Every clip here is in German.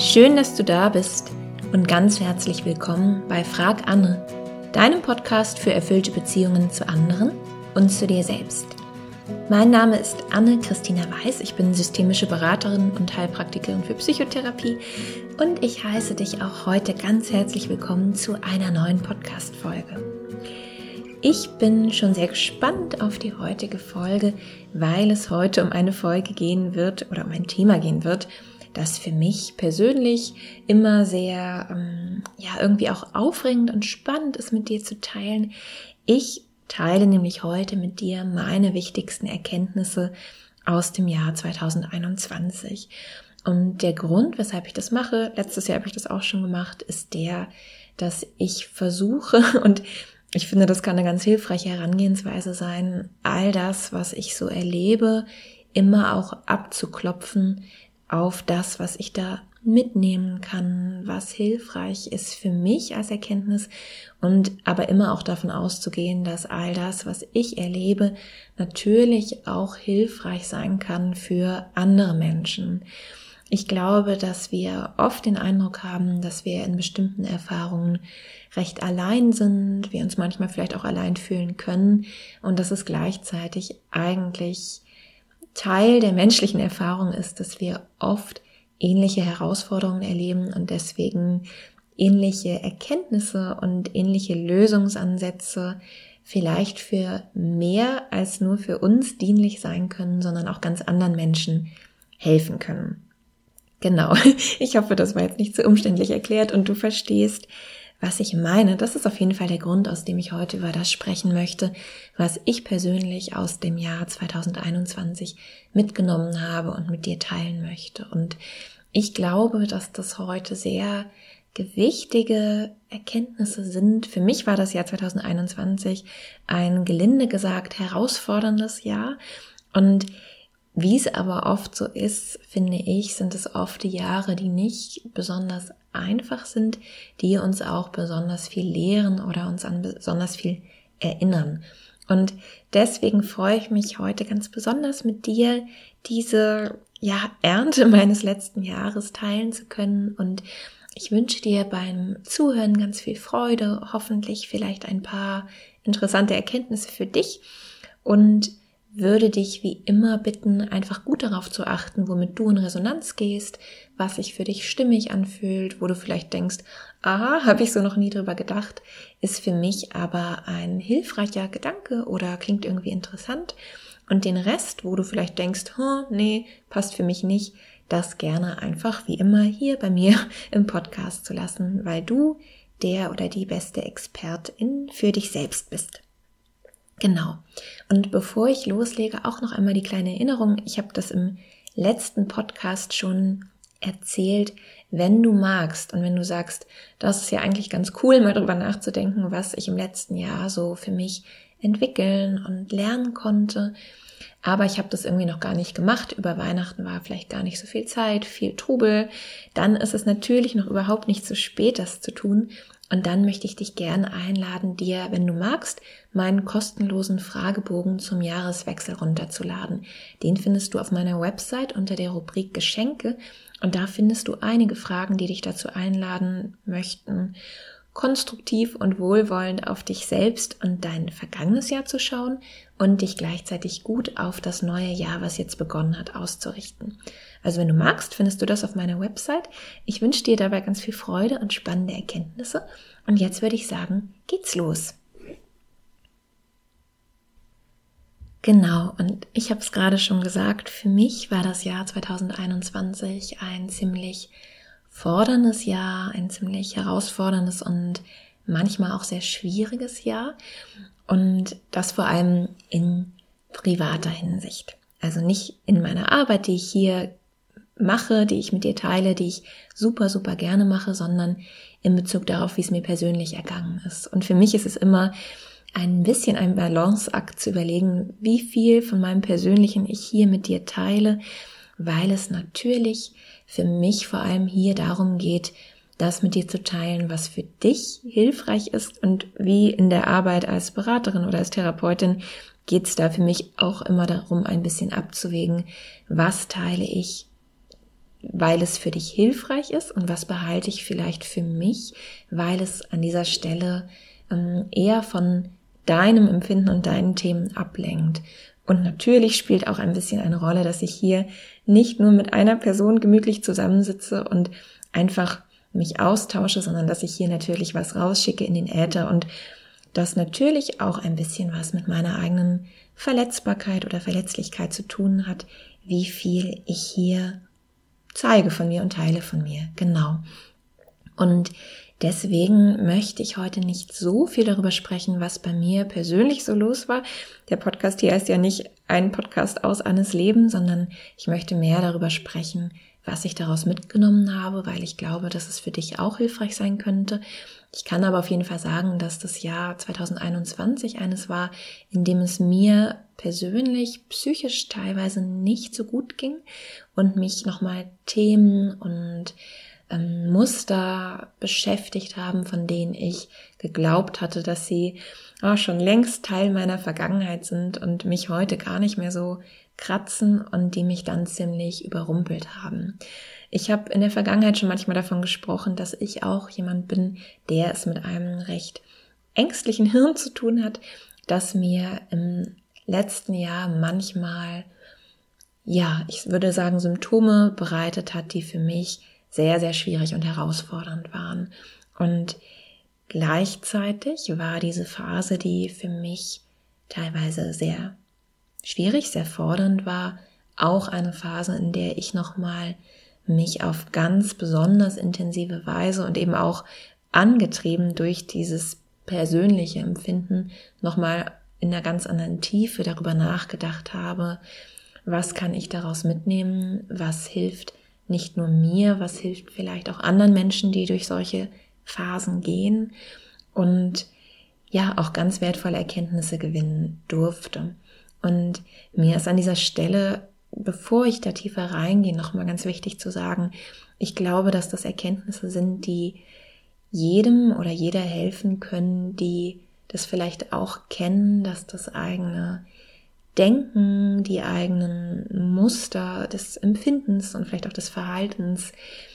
Schön, dass du da bist und ganz herzlich willkommen bei Frag Anne, deinem Podcast für erfüllte Beziehungen zu anderen und zu dir selbst. Mein Name ist Anne-Christina Weiß, ich bin systemische Beraterin und Heilpraktikerin für Psychotherapie und ich heiße dich auch heute ganz herzlich willkommen zu einer neuen Podcast-Folge. Ich bin schon sehr gespannt auf die heutige Folge, weil es heute um eine Folge gehen wird oder um ein Thema gehen wird, das für mich persönlich immer sehr, irgendwie auch aufregend und spannend ist, mit dir zu teilen. Ich teile nämlich heute mit dir meine wichtigsten Erkenntnisse aus dem Jahr 2021. Und der Grund, weshalb ich das mache, letztes Jahr habe ich das auch schon gemacht, ist der, dass ich versuche, und ich finde, das kann eine ganz hilfreiche Herangehensweise sein, all das, was ich so erlebe, immer auch abzuklopfen auf das, was ich da mitnehmen kann, was hilfreich ist für mich als Erkenntnis und aber immer auch davon auszugehen, dass all das, was ich erlebe, natürlich auch hilfreich sein kann für andere Menschen. Ich glaube, dass wir oft den Eindruck haben, dass wir in bestimmten Erfahrungen recht allein sind, wir uns manchmal vielleicht auch allein fühlen können und dass es gleichzeitig eigentlich Teil der menschlichen Erfahrung ist, dass wir oft ähnliche Herausforderungen erleben und deswegen ähnliche Erkenntnisse und ähnliche Lösungsansätze vielleicht für mehr als nur für uns dienlich sein können, sondern auch ganz anderen Menschen helfen können. Genau, ich hoffe, das war jetzt nicht zu umständlich erklärt und du verstehst, was ich meine. Das ist auf jeden Fall der Grund, aus dem ich heute über das sprechen möchte, was ich persönlich aus dem Jahr 2021 mitgenommen habe und mit dir teilen möchte. Und ich glaube, dass das heute sehr gewichtige Erkenntnisse sind. Für mich war das Jahr 2021 ein gelinde gesagt herausforderndes Jahr. Und wie es aber oft so ist, finde ich, sind es oft die Jahre, die nicht besonders einfach sind, die uns auch besonders viel lehren oder uns an besonders viel erinnern. Und deswegen freue ich mich heute ganz besonders mit dir, diese Ernte meines letzten Jahres teilen zu können. Und ich wünsche dir beim Zuhören ganz viel Freude, hoffentlich vielleicht ein paar interessante Erkenntnisse für dich und würde dich wie immer bitten, einfach gut darauf zu achten, womit du in Resonanz gehst, was sich für dich stimmig anfühlt, wo du vielleicht denkst, aha, habe ich so noch nie drüber gedacht, ist für mich aber ein hilfreicher Gedanke oder klingt irgendwie interessant. Und den Rest, wo du vielleicht denkst, nee, passt für mich nicht, das gerne einfach wie immer hier bei mir im Podcast zu lassen, weil du der oder die beste Expertin für dich selbst bist. Genau. Und bevor ich loslege, auch noch einmal die kleine Erinnerung. Ich habe das im letzten Podcast schon erzählt. Wenn du magst und wenn du sagst, das ist ja eigentlich ganz cool, mal drüber nachzudenken, was ich im letzten Jahr so für mich entwickeln und lernen konnte. Aber ich habe das irgendwie noch gar nicht gemacht. Über Weihnachten war vielleicht gar nicht so viel Zeit, viel Trubel. Dann ist es natürlich noch überhaupt nicht zu spät, das zu tun. Und dann möchte ich dich gerne einladen, dir, wenn du magst, meinen kostenlosen Fragebogen zum Jahreswechsel runterzuladen. Den findest du auf meiner Website unter der Rubrik Geschenke und da findest du einige Fragen, die dich dazu einladen möchten, konstruktiv und wohlwollend auf dich selbst und dein vergangenes Jahr zu schauen und dich gleichzeitig gut auf das neue Jahr, was jetzt begonnen hat, auszurichten. Also wenn du magst, findest du das auf meiner Website. Ich wünsche dir dabei ganz viel Freude und spannende Erkenntnisse. Und jetzt würde ich sagen, geht's los. Genau, und ich habe es gerade schon gesagt, für mich war das Jahr 2021 ein ziemlich forderndes Jahr, ein ziemlich herausforderndes und manchmal auch sehr schwieriges Jahr. Und das vor allem in privater Hinsicht. Also nicht in meiner Arbeit, die ich hier mache, die ich mit dir teile, die ich super, super gerne mache, sondern in Bezug darauf, wie es mir persönlich ergangen ist. Und für mich ist es immer ein bisschen ein Balanceakt zu überlegen, wie viel von meinem Persönlichen ich hier mit dir teile, weil es natürlich für mich vor allem hier darum geht, das mit dir zu teilen, was für dich hilfreich ist und wie in der Arbeit als Beraterin oder als Therapeutin geht es da für mich auch immer darum, ein bisschen abzuwägen, was teile ich weil es für dich hilfreich ist und was behalte ich vielleicht für mich, weil es an dieser Stelle eher von deinem Empfinden und deinen Themen ablenkt. Und natürlich spielt auch ein bisschen eine Rolle, dass ich hier nicht nur mit einer Person gemütlich zusammensitze und einfach mich austausche, sondern dass ich hier natürlich was rausschicke in den Äther und das natürlich auch ein bisschen was mit meiner eigenen Verletzbarkeit oder Verletzlichkeit zu tun hat, wie viel ich hier zeige von mir und teile von mir. Genau. Und deswegen möchte ich heute nicht so viel darüber sprechen, was bei mir persönlich so los war. Der Podcast hier ist ja nicht ein Podcast aus Annes Leben, sondern ich möchte mehr darüber sprechen, was ich daraus mitgenommen habe, weil ich glaube, dass es für dich auch hilfreich sein könnte. Ich kann aber auf jeden Fall sagen, dass das Jahr 2021 eines war, in dem es mir persönlich psychisch teilweise nicht so gut ging und mich nochmal Themen und Muster beschäftigt haben, von denen ich geglaubt hatte, dass sie schon längst Teil meiner Vergangenheit sind und mich heute gar nicht mehr so kratzen und die mich dann ziemlich überrumpelt haben. Ich habe in der Vergangenheit schon manchmal davon gesprochen, dass ich auch jemand bin, der es mit einem recht ängstlichen Hirn zu tun hat, das mir im letzten Jahr manchmal, ich würde sagen, Symptome bereitet hat, die für mich sehr, sehr schwierig und herausfordernd waren. Und gleichzeitig war diese Phase, die für mich teilweise sehr schwierig, sehr fordernd war, auch eine Phase, in der ich nochmal mich auf ganz besonders intensive Weise und eben auch angetrieben durch dieses persönliche Empfinden nochmal in einer ganz anderen Tiefe darüber nachgedacht habe, was kann ich daraus mitnehmen, was hilft nicht nur mir, was hilft vielleicht auch anderen Menschen, die durch solche Phasen gehen und auch ganz wertvolle Erkenntnisse gewinnen durfte. Und mir ist an dieser Stelle, bevor ich da tiefer reingehe, nochmal ganz wichtig zu sagen, ich glaube, dass das Erkenntnisse sind, die jedem oder jeder helfen können, die das vielleicht auch kennen, dass das eigene Denken, die eigenen Muster des Empfindens und vielleicht auch des Verhaltens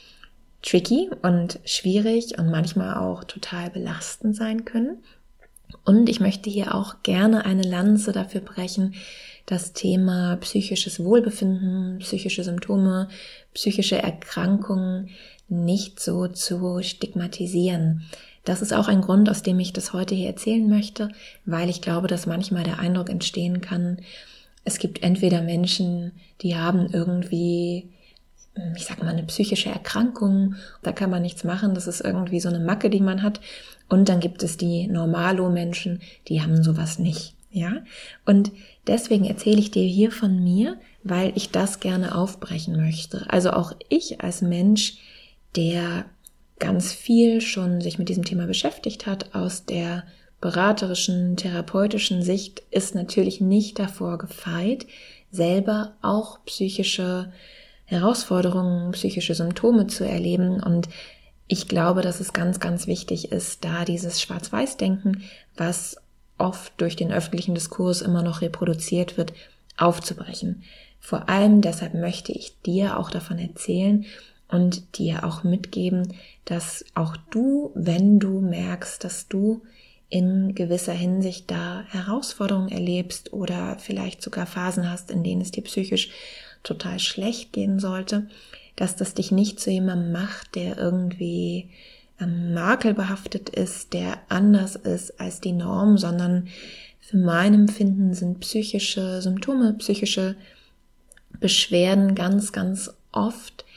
tricky und schwierig und manchmal auch total belastend sein können. Und ich möchte hier auch gerne eine Lanze dafür brechen, das Thema psychisches Wohlbefinden, psychische Symptome, psychische Erkrankungen nicht so zu stigmatisieren. Das ist auch ein Grund, aus dem ich das heute hier erzählen möchte, weil ich glaube, dass manchmal der Eindruck entstehen kann, es gibt entweder Menschen, die haben irgendwie, eine psychische Erkrankung, da kann man nichts machen, das ist irgendwie so eine Macke, die man hat. Und dann gibt es die Normalo-Menschen, die haben sowas nicht, ja. Und deswegen erzähle ich dir hier von mir, weil ich das gerne aufbrechen möchte. Also auch ich als Mensch, der ganz viel schon sich mit diesem Thema beschäftigt hat, aus der beraterischen, therapeutischen Sicht, ist natürlich nicht davor gefeit, selber auch psychische Herausforderungen, psychische Symptome zu erleben. Und ich glaube, dass es ganz, ganz wichtig ist, da dieses Schwarz-Weiß-Denken, was oft durch den öffentlichen Diskurs immer noch reproduziert wird, aufzubrechen. Vor allem deshalb möchte ich dir auch davon erzählen und dir auch mitgeben, dass auch du, wenn du merkst, dass du in gewisser Hinsicht da Herausforderungen erlebst oder vielleicht sogar Phasen hast, in denen es dir psychisch total schlecht gehen sollte, dass das dich nicht zu jemandem macht, der irgendwie makelbehaftet ist, der anders ist als die Norm, sondern für mein Empfinden sind psychische Symptome, psychische Beschwerden ganz, ganz oft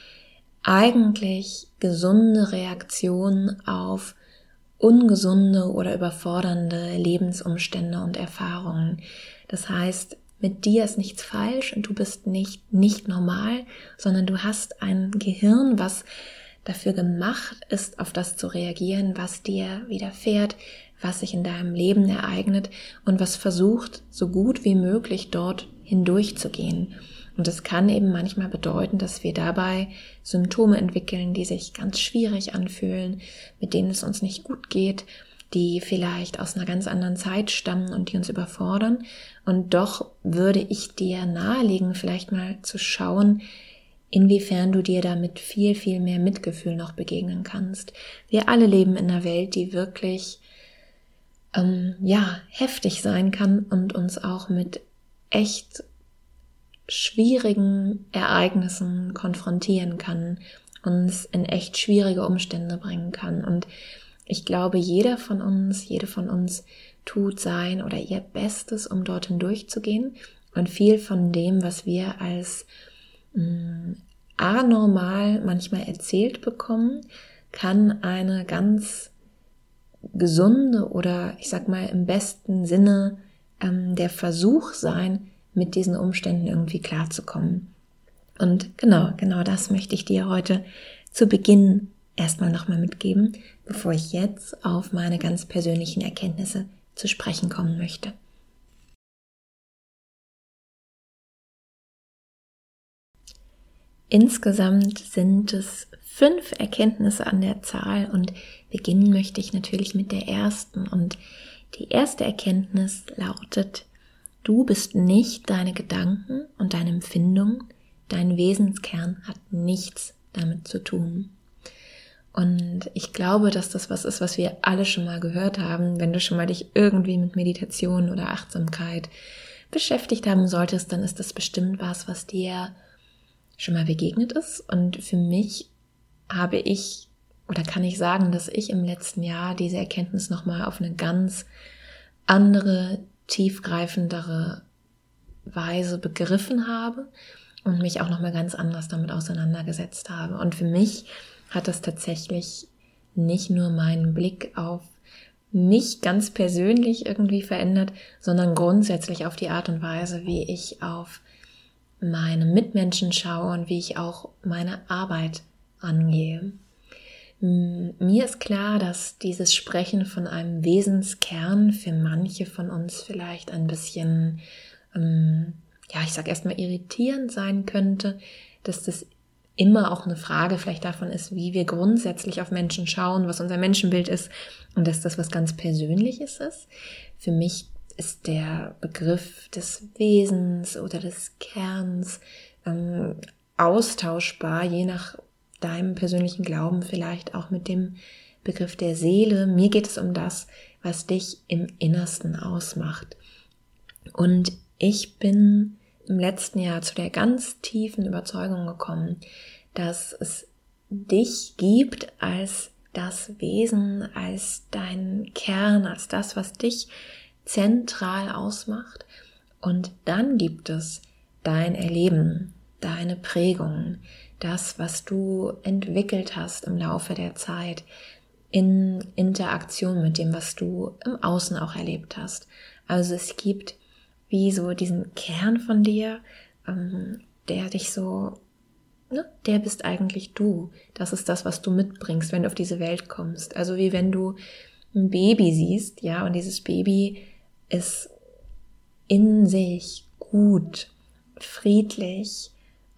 eigentlich gesunde Reaktionen auf ungesunde oder überfordernde Lebensumstände und Erfahrungen. Das heißt, mit dir ist nichts falsch und du bist nicht normal, sondern du hast ein Gehirn, was dafür gemacht ist, auf das zu reagieren, was dir widerfährt, was sich in deinem Leben ereignet und was versucht, so gut wie möglich dort hindurchzugehen. Und das kann eben manchmal bedeuten, dass wir dabei Symptome entwickeln, die sich ganz schwierig anfühlen, mit denen es uns nicht gut geht, die vielleicht aus einer ganz anderen Zeit stammen und die uns überfordern. Und doch würde ich dir nahelegen, vielleicht mal zu schauen, inwiefern du dir damit viel, viel mehr Mitgefühl noch begegnen kannst. Wir alle leben in einer Welt, die wirklich heftig sein kann und uns auch mit echt schwierigen Ereignissen konfrontieren kann, uns in echt schwierige Umstände bringen kann. Und ich glaube, jede von uns tut sein oder ihr Bestes, um dorthin durchzugehen. Und viel von dem, was wir als anormal manchmal erzählt bekommen, kann eine ganz gesunde oder ich sag mal im besten Sinne der Versuch sein, mit diesen Umständen irgendwie klarzukommen. Und genau das möchte ich dir heute zu Beginn erstmal nochmal mitgeben, bevor ich jetzt auf meine ganz persönlichen Erkenntnisse zu sprechen kommen möchte. Insgesamt sind es 5 Erkenntnisse an der Zahl und beginnen möchte ich natürlich mit der ersten. Und die erste Erkenntnis lautet: Du bist nicht deine Gedanken und deine Empfindungen, dein Wesenskern hat nichts damit zu tun. Und ich glaube, dass das was ist, was wir alle schon mal gehört haben. Wenn du schon mal dich irgendwie mit Meditation oder Achtsamkeit beschäftigt haben solltest, dann ist das bestimmt was dir schon mal begegnet ist. Und für mich kann ich sagen, dass ich im letzten Jahr diese Erkenntnis nochmal auf eine ganz andere, tiefgreifendere Weise begriffen habe und mich auch nochmal ganz anders damit auseinandergesetzt habe. Und für mich hat das tatsächlich nicht nur meinen Blick auf mich ganz persönlich irgendwie verändert, sondern grundsätzlich auf die Art und Weise, wie ich auf meine Mitmenschen schaue und wie ich auch meine Arbeit angehe. Mir ist klar, dass dieses Sprechen von einem Wesenskern für manche von uns vielleicht ein bisschen, ich sag erstmal irritierend sein könnte, dass das immer auch eine Frage vielleicht davon ist, wie wir grundsätzlich auf Menschen schauen, was unser Menschenbild ist und dass das was ganz Persönliches ist. Für mich ist der Begriff des Wesens oder des Kerns austauschbar, je nach deinem persönlichen Glauben vielleicht auch mit dem Begriff der Seele. Mir geht es um das, was dich im Innersten ausmacht. Und ich bin im letzten Jahr zu der ganz tiefen Überzeugung gekommen, dass es dich gibt als das Wesen, als dein Kern, als das, was dich zentral ausmacht. Und dann gibt es dein Erleben, deine Prägungen, das, was du entwickelt hast im Laufe der Zeit, in Interaktion mit dem, was du im Außen auch erlebt hast. Also es gibt wie so diesen Kern von dir, der dich so, der bist eigentlich du. Das ist das, was du mitbringst, wenn du auf diese Welt kommst. Also wie wenn du ein Baby siehst, ja, und dieses Baby ist in sich gut, friedlich,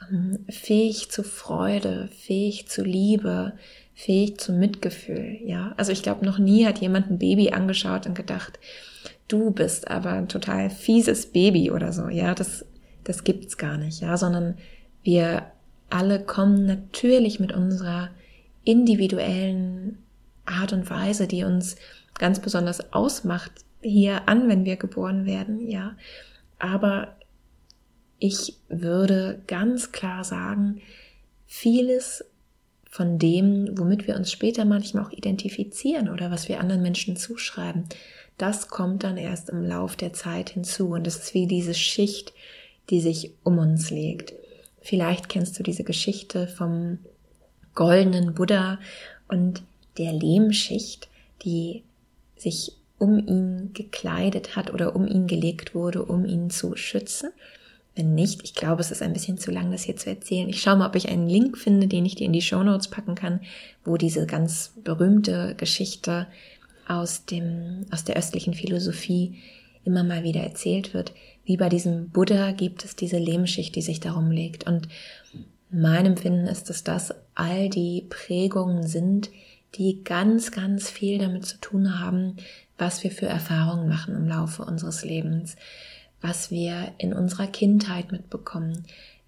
fähig zu Freude, fähig zu Liebe, fähig zu Mitgefühl, ja. Also ich glaube, noch nie hat jemand ein Baby angeschaut und gedacht, du bist aber ein total fieses Baby oder so, ja. Das gibt's gar nicht, ja, sondern wir alle kommen natürlich mit unserer individuellen Art und Weise, die uns ganz besonders ausmacht, hier an, wenn wir geboren werden, ja. Aber ich würde ganz klar sagen, vieles von dem, womit wir uns später manchmal auch identifizieren oder was wir anderen Menschen zuschreiben, das kommt dann erst im Lauf der Zeit hinzu. Und das ist wie diese Schicht, die sich um uns legt. Vielleicht kennst du diese Geschichte vom goldenen Buddha und der Lehmschicht, die sich um ihn gekleidet hat oder um ihn gelegt wurde, um ihn zu schützen. Wenn nicht, ich glaube, es ist ein bisschen zu lang, das hier zu erzählen. Ich schaue mal, ob ich einen Link finde, den ich dir in die Shownotes packen kann, wo diese ganz berühmte Geschichte aus der östlichen Philosophie immer mal wieder erzählt wird. Wie bei diesem Buddha gibt es diese Lehmschicht, die sich darum legt. Und mein Empfinden ist, dass das all die Prägungen sind, die ganz, ganz viel damit zu tun haben, was wir für Erfahrungen machen im Laufe unseres Lebens, was wir in unserer Kindheit mitbekommen,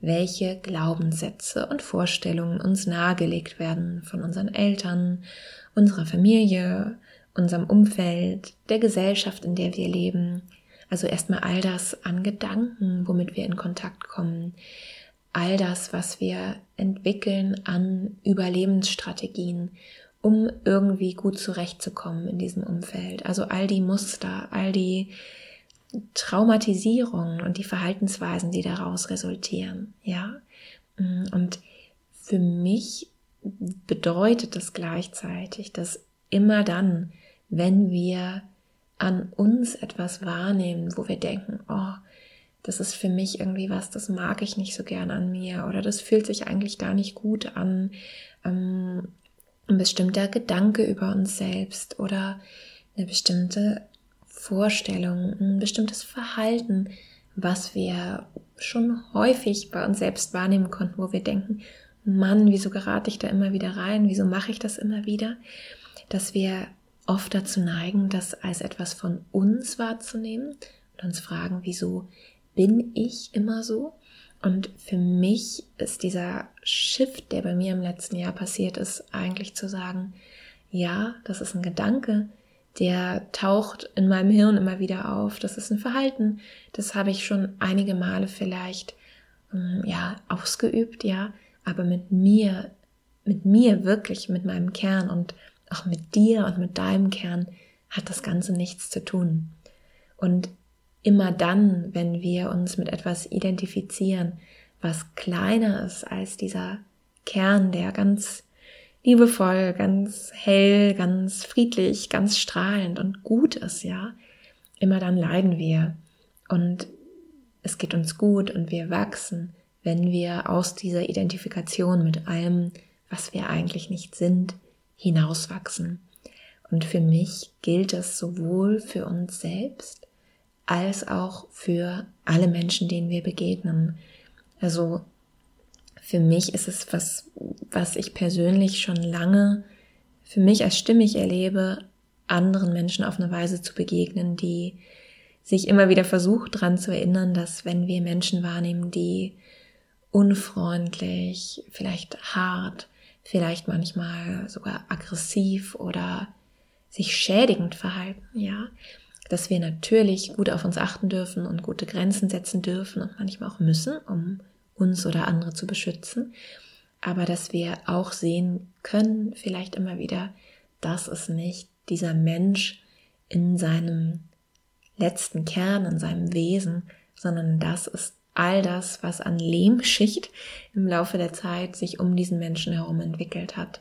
welche Glaubenssätze und Vorstellungen uns nahegelegt werden von unseren Eltern, unserer Familie, unserem Umfeld, der Gesellschaft, in der wir leben. Also erstmal all das an Gedanken, womit wir in Kontakt kommen, all das, was wir entwickeln an Überlebensstrategien, um irgendwie gut zurechtzukommen in diesem Umfeld. Also all die Muster, all die Traumatisierungen und die Verhaltensweisen, die daraus resultieren, ja. Und für mich bedeutet das gleichzeitig, dass immer dann, wenn wir an uns etwas wahrnehmen, wo wir denken, oh, das ist für mich irgendwie was, das mag ich nicht so gern an mir oder das fühlt sich eigentlich gar nicht gut an, ein bestimmter Gedanke über uns selbst oder eine bestimmte Vorstellung, ein bestimmtes Verhalten, was wir schon häufig bei uns selbst wahrnehmen konnten, wo wir denken, Mann, wieso gerate ich da immer wieder rein, wieso mache ich das immer wieder, dass wir oft dazu neigen, das als etwas von uns wahrzunehmen und uns fragen, wieso bin ich immer so? Und für mich ist dieser Shift, der bei mir im letzten Jahr passiert ist, eigentlich zu sagen, ja, das ist ein Gedanke, der taucht in meinem Hirn immer wieder auf. Das ist ein Verhalten, das habe ich schon einige Male vielleicht ausgeübt, ja, aber mit mir wirklich, mit meinem Kern und auch mit dir und mit deinem Kern hat das Ganze nichts zu tun. Und immer dann, wenn wir uns mit etwas identifizieren, was kleiner ist als dieser Kern, der ganz liebevoll, ganz hell, ganz friedlich, ganz strahlend und gut ist, ja, immer dann leiden wir und es geht uns gut und wir wachsen, wenn wir aus dieser Identifikation mit allem, was wir eigentlich nicht sind, hinauswachsen. Und für mich gilt das sowohl für uns selbst als auch für alle Menschen, denen wir begegnen. Also für mich ist es was ich persönlich schon lange für mich als stimmig erlebe, anderen Menschen auf eine Weise zu begegnen, die sich immer wieder versucht, daran zu erinnern, dass wenn wir Menschen wahrnehmen, die unfreundlich, vielleicht hart, vielleicht manchmal sogar aggressiv oder sich schädigend verhalten, ja, dass wir natürlich gut auf uns achten dürfen und gute Grenzen setzen dürfen und manchmal auch müssen, um uns oder andere zu beschützen, aber dass wir auch sehen können, vielleicht immer wieder, dass es nicht dieser Mensch in seinem letzten Kern, in seinem Wesen, sondern das ist all das, was an Lehmschicht im Laufe der Zeit sich um diesen Menschen herum entwickelt hat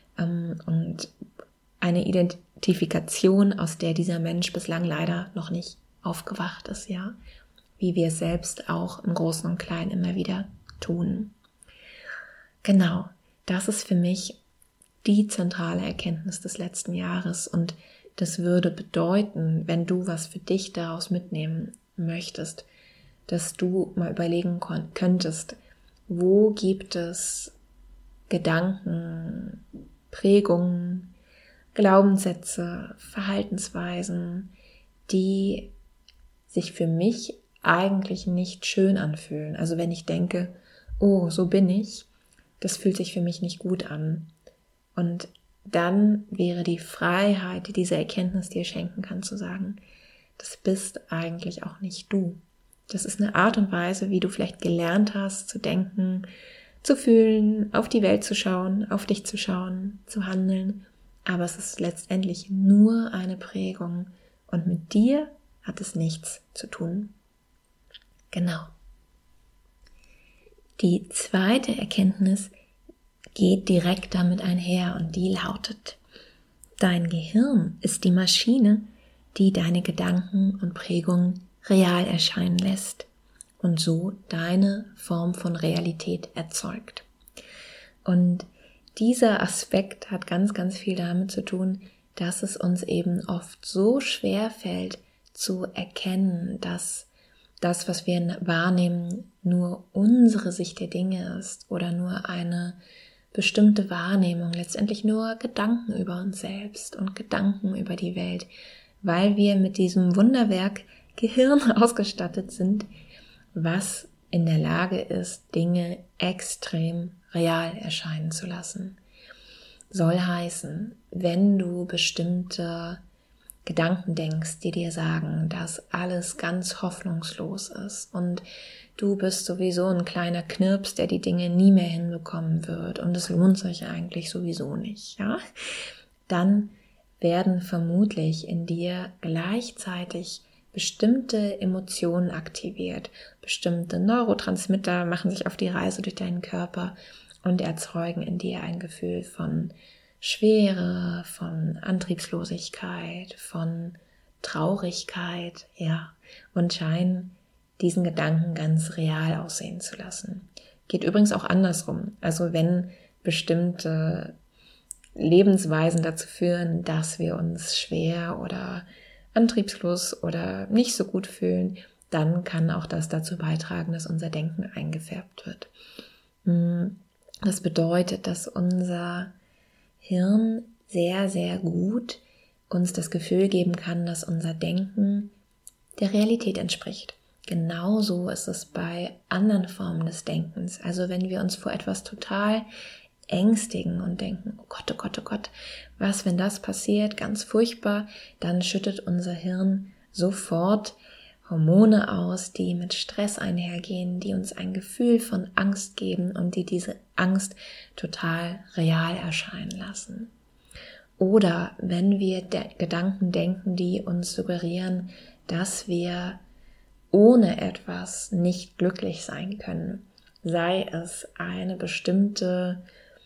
und eine Identifikation, aus der dieser Mensch bislang leider noch nicht aufgewacht ist, ja, wie wir es selbst auch im Großen und Kleinen immer wieder tun. Genau, das ist für mich die zentrale Erkenntnis des letzten Jahres und das würde bedeuten, wenn du was für dich daraus mitnehmen möchtest, dass du mal überlegen könntest, wo gibt es Gedanken, Prägungen, Glaubenssätze, Verhaltensweisen, die sich für mich eigentlich nicht schön anfühlen. Also wenn ich denke, oh, so bin ich, das fühlt sich für mich nicht gut an. Und dann wäre die Freiheit, die diese Erkenntnis dir schenken kann, zu sagen, das bist eigentlich auch nicht du. Das ist eine Art und Weise, wie du vielleicht gelernt hast, zu denken, zu fühlen, auf die Welt zu schauen, auf dich zu schauen, zu handeln. Aber es ist letztendlich nur eine Prägung und mit dir hat es nichts zu tun. Genau. Die zweite Erkenntnis geht direkt damit einher und die lautet: Dein Gehirn ist die Maschine, die deine Gedanken und Prägungen real erscheinen lässt und so deine Form von Realität erzeugt. Und dieser Aspekt hat ganz, ganz viel damit zu tun, dass es uns eben oft so schwer fällt zu erkennen, dass das, was wir wahrnehmen, nur unsere Sicht der Dinge ist oder nur eine bestimmte Wahrnehmung, letztendlich nur Gedanken über uns selbst und Gedanken über die Welt, weil wir mit diesem Wunderwerk Gehirn ausgestattet sind, was in der Lage ist, Dinge extrem real erscheinen zu lassen. Soll heißen, wenn du bestimmte Gedanken denkst, die dir sagen, dass alles ganz hoffnungslos ist und du bist sowieso ein kleiner Knirps, der die Dinge nie mehr hinbekommen wird und es lohnt sich eigentlich sowieso nicht, ja? Dann werden vermutlich in dir gleichzeitig bestimmte Emotionen aktiviert. Bestimmte Neurotransmitter machen sich auf die Reise durch deinen Körper und erzeugen in dir ein Gefühl von Schwere, von Antriebslosigkeit, von Traurigkeit, ja, und scheinen diesen Gedanken ganz real aussehen zu lassen. Geht übrigens auch andersrum. Also wenn bestimmte Lebensweisen dazu führen, dass wir uns schwer oder antriebslos oder nicht so gut fühlen, dann kann auch das dazu beitragen, dass unser Denken eingefärbt wird. Das bedeutet, dass unser Hirn sehr, sehr gut uns das Gefühl geben kann, dass unser Denken der Realität entspricht. Genauso ist es bei anderen Formen des Denkens. Also wenn wir uns vor etwas total ängstigen und denken, oh Gott, oh Gott, oh Gott, was, wenn das passiert, ganz furchtbar, dann schüttet unser Hirn sofort Hormone aus, die mit Stress einhergehen, die uns ein Gefühl von Angst geben und die diese Angst total real erscheinen lassen. Oder wenn wir Gedanken denken, die uns suggerieren, dass wir ohne etwas nicht glücklich sein können, sei es eine bestimmte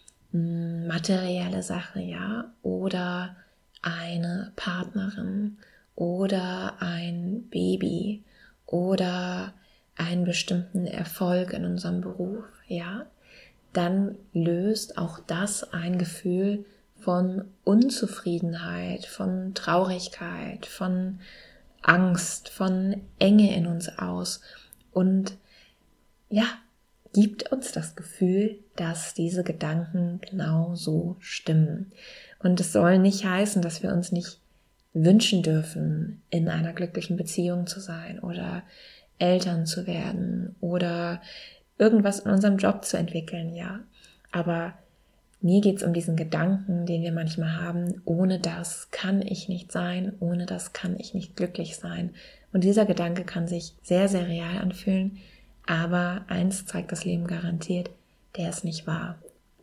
materielle Sache, ja, oder eine Partnerin oder ein Baby oder einen bestimmten Erfolg in unserem Beruf, ja, dann löst auch das ein Gefühl von Unzufriedenheit, von Traurigkeit, von Angst, von Enge in uns aus und ja, gibt uns das Gefühl, dass diese Gedanken genau so stimmen. Und es soll nicht heißen, dass wir uns nicht wünschen dürfen, in einer glücklichen Beziehung zu sein oder Eltern zu werden oder irgendwas in unserem Job zu entwickeln, ja. Aber mir geht es um diesen Gedanken, den wir manchmal haben, ohne das kann ich nicht sein, ohne das kann ich nicht glücklich sein. Und dieser Gedanke kann sich sehr, sehr real anfühlen, aber eins zeigt das Leben garantiert, der ist nicht wahr.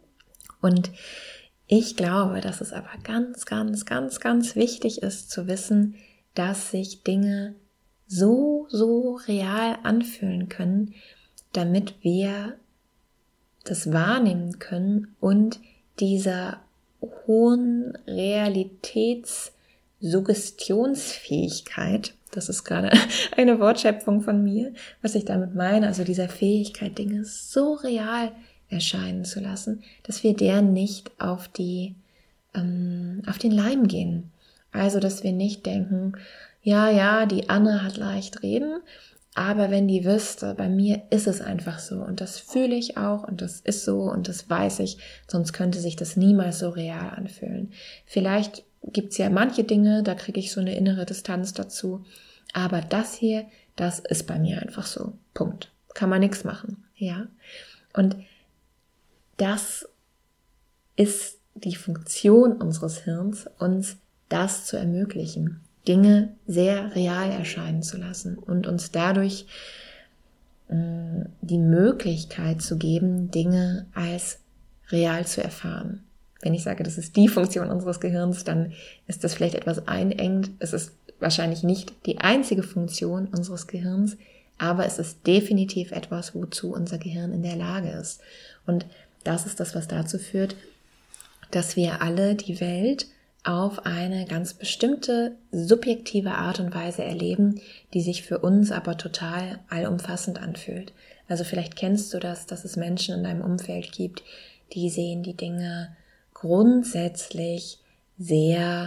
Und ich glaube, dass es aber ganz, ganz, ganz, ganz wichtig ist zu wissen, dass sich Dinge so, so real anfühlen können, damit wir das wahrnehmen können und dieser hohen Realitätssuggestionsfähigkeit, das ist gerade eine Wortschöpfung von mir, was ich damit meine, also dieser Fähigkeit, Dinge so real erscheinen zu lassen, dass wir der nicht auf den Leim gehen. Also, dass wir nicht denken, ja, die Anne hat leicht reden, aber wenn die wüsste, bei mir ist es einfach so und das fühle ich auch und das ist so und das weiß ich, sonst könnte sich das niemals so real anfühlen. Vielleicht gibt's ja manche Dinge, da kriege ich so eine innere Distanz dazu, aber das hier, das ist bei mir einfach so. Punkt. Kann man nichts machen, ja. Und das ist die Funktion unseres Hirns, uns das zu ermöglichen, Dinge sehr real erscheinen zu lassen und uns dadurch die Möglichkeit zu geben, Dinge als real zu erfahren. Wenn ich sage, das ist die Funktion unseres Gehirns, dann ist das vielleicht etwas einengt. Es ist wahrscheinlich nicht die einzige Funktion unseres Gehirns, aber es ist definitiv etwas, wozu unser Gehirn in der Lage ist. Und das ist das, was dazu führt, dass wir alle die Welt auf eine ganz bestimmte subjektive Art und Weise erleben, die sich für uns aber total allumfassend anfühlt. Also vielleicht kennst du das, dass es Menschen in deinem Umfeld gibt, die sehen die Dinge grundsätzlich sehr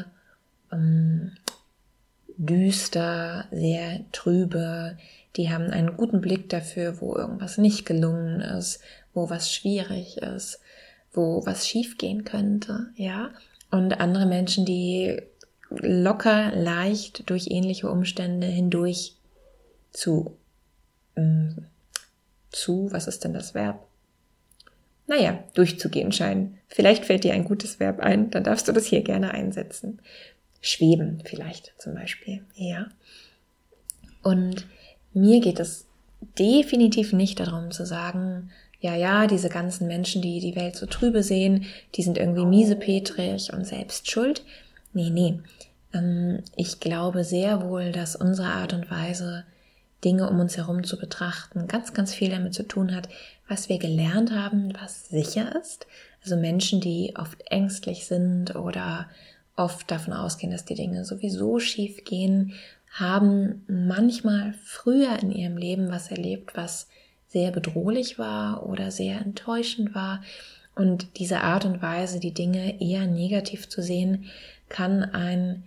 düster, sehr trübe. Die haben einen guten Blick dafür, wo irgendwas nicht gelungen ist, wo was schwierig ist, wo was schief gehen könnte, ja. Und andere Menschen, die locker, leicht durch ähnliche Umstände hindurch zu zu, was ist denn das Verb? Naja, durchzugehen scheinen. Vielleicht fällt dir ein gutes Verb ein, dann darfst du das hier gerne einsetzen. Schweben vielleicht zum Beispiel, ja. Und mir geht es definitiv nicht darum zu sagen, ja, diese ganzen Menschen, die die Welt so trübe sehen, die sind irgendwie miesepetrig und selbst schuld. Nee. Ich glaube sehr wohl, dass unsere Art und Weise, Dinge um uns herum zu betrachten, ganz, ganz viel damit zu tun hat, was wir gelernt haben, was sicher ist. Also Menschen, die oft ängstlich sind oder oft davon ausgehen, dass die Dinge sowieso schief gehen, haben manchmal früher in ihrem Leben was erlebt, was sehr bedrohlich war oder sehr enttäuschend war. Und diese Art und Weise, die Dinge eher negativ zu sehen, kann ein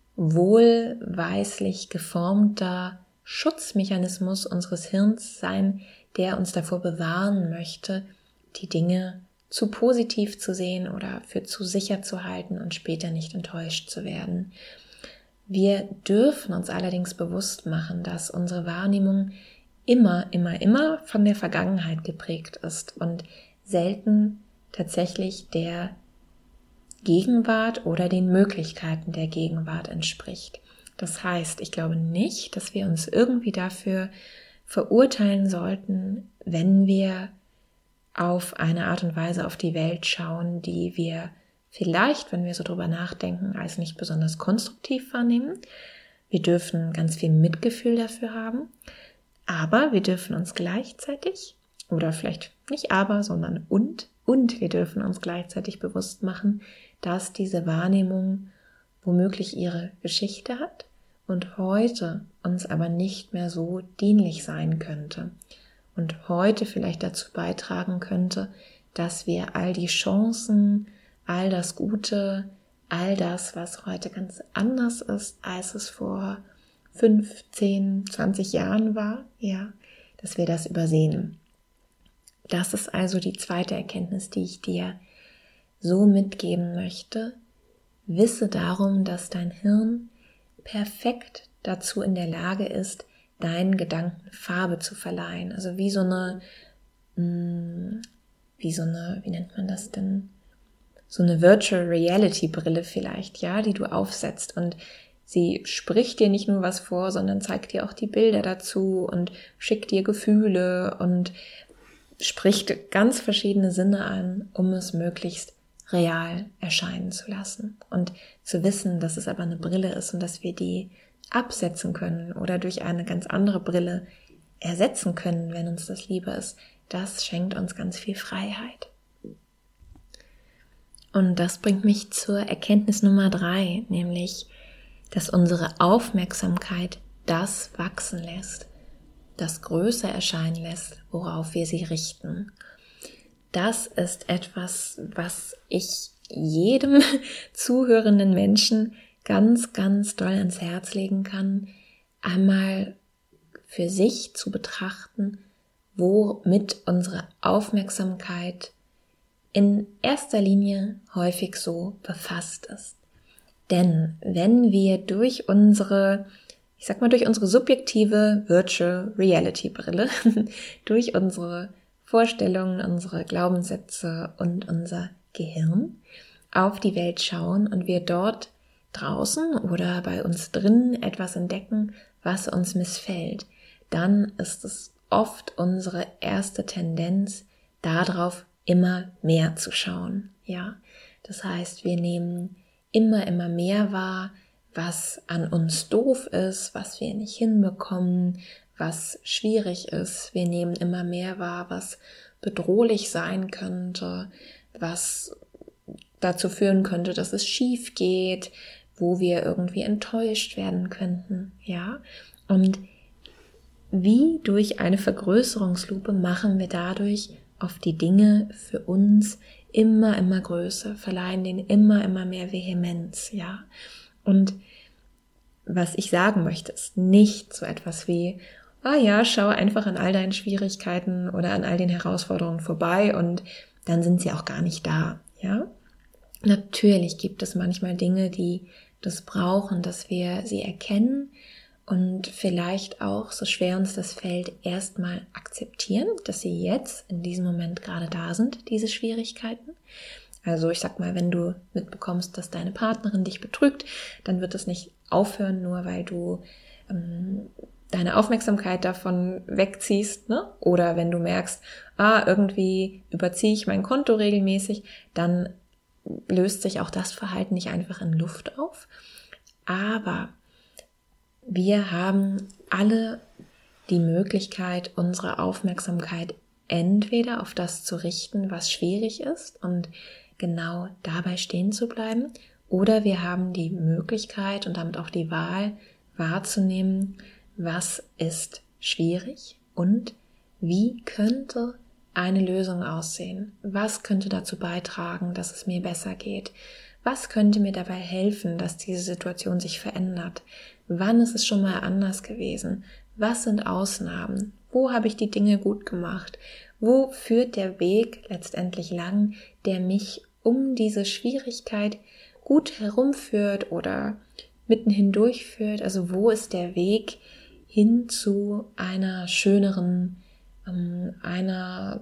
wohlweislich geformter Schutzmechanismus unseres Hirns sein, der uns davor bewahren möchte, die Dinge zu positiv zu sehen oder für zu sicher zu halten und später nicht enttäuscht zu werden. Wir dürfen uns allerdings bewusst machen, dass unsere Wahrnehmung immer von der Vergangenheit geprägt ist und selten tatsächlich der Gegenwart oder den Möglichkeiten der Gegenwart entspricht. Das heißt, ich glaube nicht, dass wir uns irgendwie dafür verurteilen sollten, wenn wir auf eine Art und Weise auf die Welt schauen, die wir vielleicht, wenn wir so drüber nachdenken, als nicht besonders konstruktiv wahrnehmen. Wir dürfen ganz viel Mitgefühl dafür haben, aber wir dürfen uns gleichzeitig, oder vielleicht nicht aber, sondern und wir dürfen uns gleichzeitig bewusst machen, dass diese Wahrnehmung womöglich ihre Geschichte hat und heute uns aber nicht mehr so dienlich sein könnte und heute vielleicht dazu beitragen könnte, dass wir all die Chancen, all das Gute, all das, was heute ganz anders ist, als es vor 5, 10, 20 Jahren war, ja, dass wir das übersehen. Das ist also die zweite Erkenntnis, die ich dir so mitgeben möchte. Wisse darum, dass dein Hirn perfekt dazu in der Lage ist, deinen Gedanken Farbe zu verleihen. Also wie nennt man das denn? So eine Virtual Reality Brille vielleicht, ja, die du aufsetzt und sie spricht dir nicht nur was vor, sondern zeigt dir auch die Bilder dazu und schickt dir Gefühle und spricht ganz verschiedene Sinne an, um es möglichst real erscheinen zu lassen und zu wissen, dass es aber eine Brille ist und dass wir die absetzen können oder durch eine ganz andere Brille ersetzen können, wenn uns das lieber ist. Das schenkt uns ganz viel Freiheit. Und das bringt mich zur Erkenntnis Nummer 3, nämlich, dass unsere Aufmerksamkeit das wachsen lässt, das größer erscheinen lässt, worauf wir sie richten. Das ist etwas, was ich jedem zuhörenden Menschen ganz, ganz doll ans Herz legen kann, einmal für sich zu betrachten, womit unsere Aufmerksamkeit in erster Linie häufig so befasst ist. Denn wenn wir durch unsere subjektive Virtual Reality Brille, durch unsere Vorstellungen, unsere Glaubenssätze und unser Gehirn auf die Welt schauen und wir dort draußen oder bei uns drinnen etwas entdecken, was uns missfällt, dann ist es oft unsere erste Tendenz, darauf immer mehr zu schauen. Ja, das heißt, wir nehmen immer mehr wahr, was an uns doof ist, was wir nicht hinbekommen, was schwierig ist. Wir nehmen immer mehr wahr, was bedrohlich sein könnte, was dazu führen könnte, dass es schief geht, wo wir irgendwie enttäuscht werden könnten, ja. Und wie durch eine Vergrößerungslupe machen wir dadurch auf die Dinge für uns immer größer, verleihen denen immer mehr Vehemenz, ja. Und was ich sagen möchte, ist nicht so etwas wie, schau einfach an all deinen Schwierigkeiten oder an all den Herausforderungen vorbei und dann sind sie auch gar nicht da, ja. Natürlich gibt es manchmal Dinge, die das brauchen, dass wir sie erkennen und vielleicht auch, so schwer uns das fällt, erstmal akzeptieren, dass sie jetzt in diesem Moment gerade da sind, diese Schwierigkeiten. Also ich sag mal, wenn du mitbekommst, dass deine Partnerin dich betrügt, dann wird es nicht aufhören, nur weil du deine Aufmerksamkeit davon wegziehst, ne? Oder wenn du merkst, irgendwie überziehe ich mein Konto regelmäßig, dann löst sich auch das Verhalten nicht einfach in Luft auf. Aber wir haben alle die Möglichkeit, unsere Aufmerksamkeit entweder auf das zu richten, was schwierig ist und genau dabei stehen zu bleiben, oder wir haben die Möglichkeit und damit auch die Wahl wahrzunehmen, was ist schwierig und wie könnte eine Lösung aussehen? Was könnte dazu beitragen, dass es mir besser geht? Was könnte mir dabei helfen, dass diese Situation sich verändert? Wann ist es schon mal anders gewesen? Was sind Ausnahmen? Wo habe ich die Dinge gut gemacht? Wo führt der Weg letztendlich lang, der mich um diese Schwierigkeit gut herumführt oder mitten hindurch führt? Also wo ist der Weg hin zu einer schöneren, einer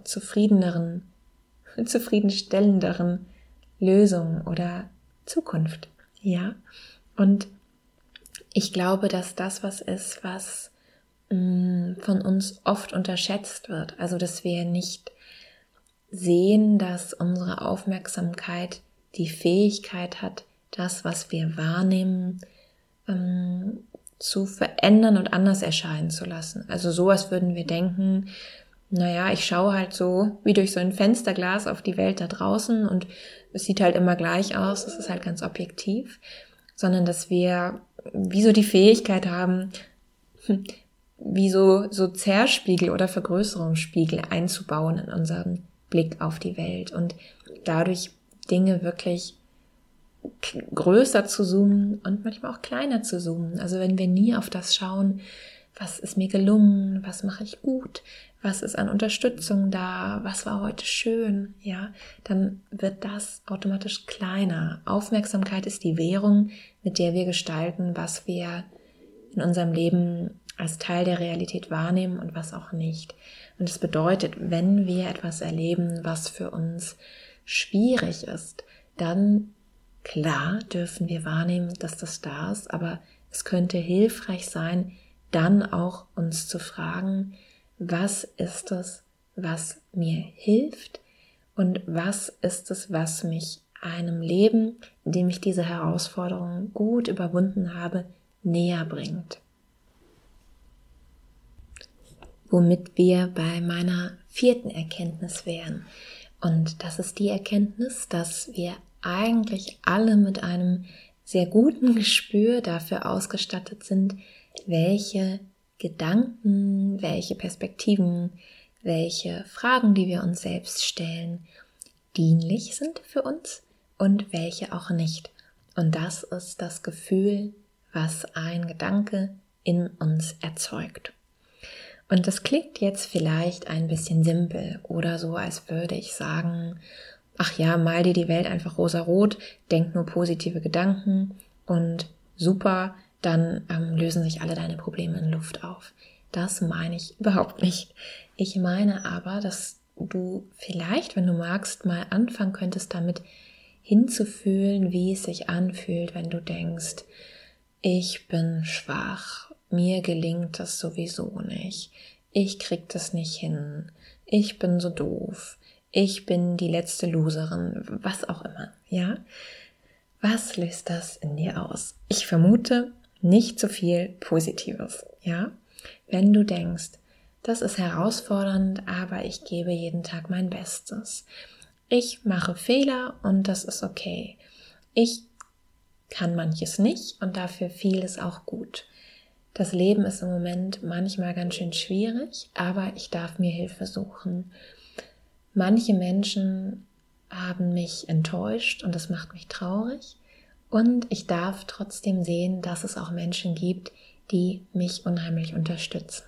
zufriedenstellenderen Lösung oder Zukunft? Ja, und ich glaube, dass das was ist, was von uns oft unterschätzt wird. Also, dass wir nicht sehen, dass unsere Aufmerksamkeit die Fähigkeit hat, das, was wir wahrnehmen, zu verändern und anders erscheinen zu lassen. Also so, als würden wir denken, naja, ich schaue halt so wie durch so ein Fensterglas auf die Welt da draußen und es sieht halt immer gleich aus, es ist halt ganz objektiv, sondern dass wir wie so die Fähigkeit haben, wie so Zerrspiegel oder Vergrößerungsspiegel einzubauen in unseren Blick auf die Welt und dadurch Dinge wirklich größer zu zoomen und manchmal auch kleiner zu zoomen. Also wenn wir nie auf das schauen, was ist mir gelungen, was mache ich gut, was ist an Unterstützung da, was war heute schön, ja, dann wird das automatisch kleiner. Aufmerksamkeit ist die Währung, mit der wir gestalten, was wir in unserem Leben als Teil der Realität wahrnehmen und was auch nicht. Und das bedeutet, wenn wir etwas erleben, was für uns schwierig ist, dann klar dürfen wir wahrnehmen, dass das da ist, aber es könnte hilfreich sein, dann auch uns zu fragen, was ist es, was mir hilft und was ist es, was mich einem Leben, in dem ich diese Herausforderungen gut überwunden habe, näher bringt. Womit wir bei meiner 4. Erkenntnis wären. Und das ist die Erkenntnis, dass wir eigentlich alle mit einem sehr guten Gespür dafür ausgestattet sind, welche Gedanken, welche Perspektiven, welche Fragen, die wir uns selbst stellen, dienlich sind für uns und welche auch nicht. Und das ist das Gefühl, was ein Gedanke in uns erzeugt. Und das klingt jetzt vielleicht ein bisschen simpel oder so, als würde ich sagen, ach ja, mal dir die Welt einfach rosarot, denk nur positive Gedanken und super, dann lösen sich alle deine Probleme in Luft auf. Das meine ich überhaupt nicht. Ich meine aber, dass du vielleicht, wenn du magst, mal anfangen könntest, damit hinzufühlen, wie es sich anfühlt, wenn du denkst, ich bin schwach, mir gelingt das sowieso nicht, ich krieg das nicht hin, ich bin so doof, ich bin die letzte Loserin, was auch immer, ja? Was löst das in dir aus? Ich vermute nicht so viel Positives, ja? Wenn du denkst, das ist herausfordernd, aber ich gebe jeden Tag mein Bestes. Ich mache Fehler und das ist okay. Ich kann manches nicht und dafür vieles auch gut. Das Leben ist im Moment manchmal ganz schön schwierig, aber ich darf mir Hilfe suchen. Manche Menschen haben mich enttäuscht und das macht mich traurig. Und ich darf trotzdem sehen, dass es auch Menschen gibt, die mich unheimlich unterstützen.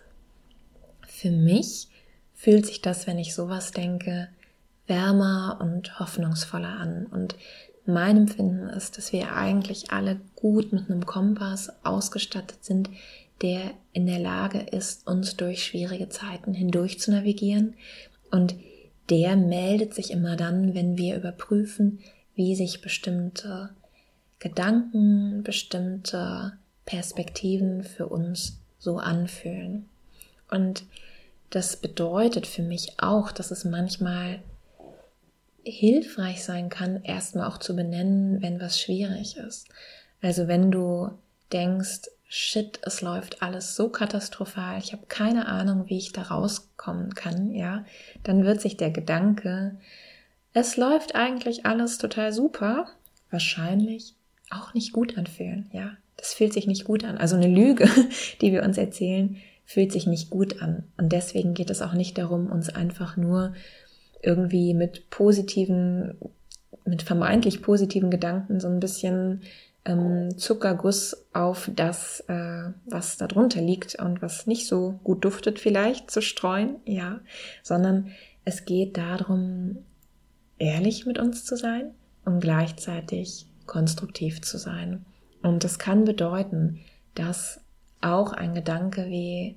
Für mich fühlt sich das, wenn ich sowas denke, wärmer und hoffnungsvoller an. Und mein Empfinden ist, dass wir eigentlich alle gut mit einem Kompass ausgestattet sind, der in der Lage ist, uns durch schwierige Zeiten hindurch zu navigieren, und der meldet sich immer dann, wenn wir überprüfen, wie sich bestimmte Gedanken, bestimmte Perspektiven für uns so anfühlen. Und das bedeutet für mich auch, dass es manchmal hilfreich sein kann, erstmal auch zu benennen, wenn was schwierig ist. Also wenn du denkst, shit, es läuft alles so katastrophal, ich habe keine Ahnung, wie ich da rauskommen kann, ja, dann wird sich der Gedanke, es läuft eigentlich alles total super, wahrscheinlich auch nicht gut anfühlen, ja. Das fühlt sich nicht gut an. Also eine Lüge, die wir uns erzählen, fühlt sich nicht gut an. Und deswegen geht es auch nicht darum, uns einfach nur irgendwie mit vermeintlich positiven Gedanken so ein bisschen Zuckerguss auf das, was da drunter liegt und was nicht so gut duftet vielleicht, zu streuen, ja, sondern es geht darum, ehrlich mit uns zu sein und gleichzeitig konstruktiv zu sein. Und das kann bedeuten, dass auch ein Gedanke wie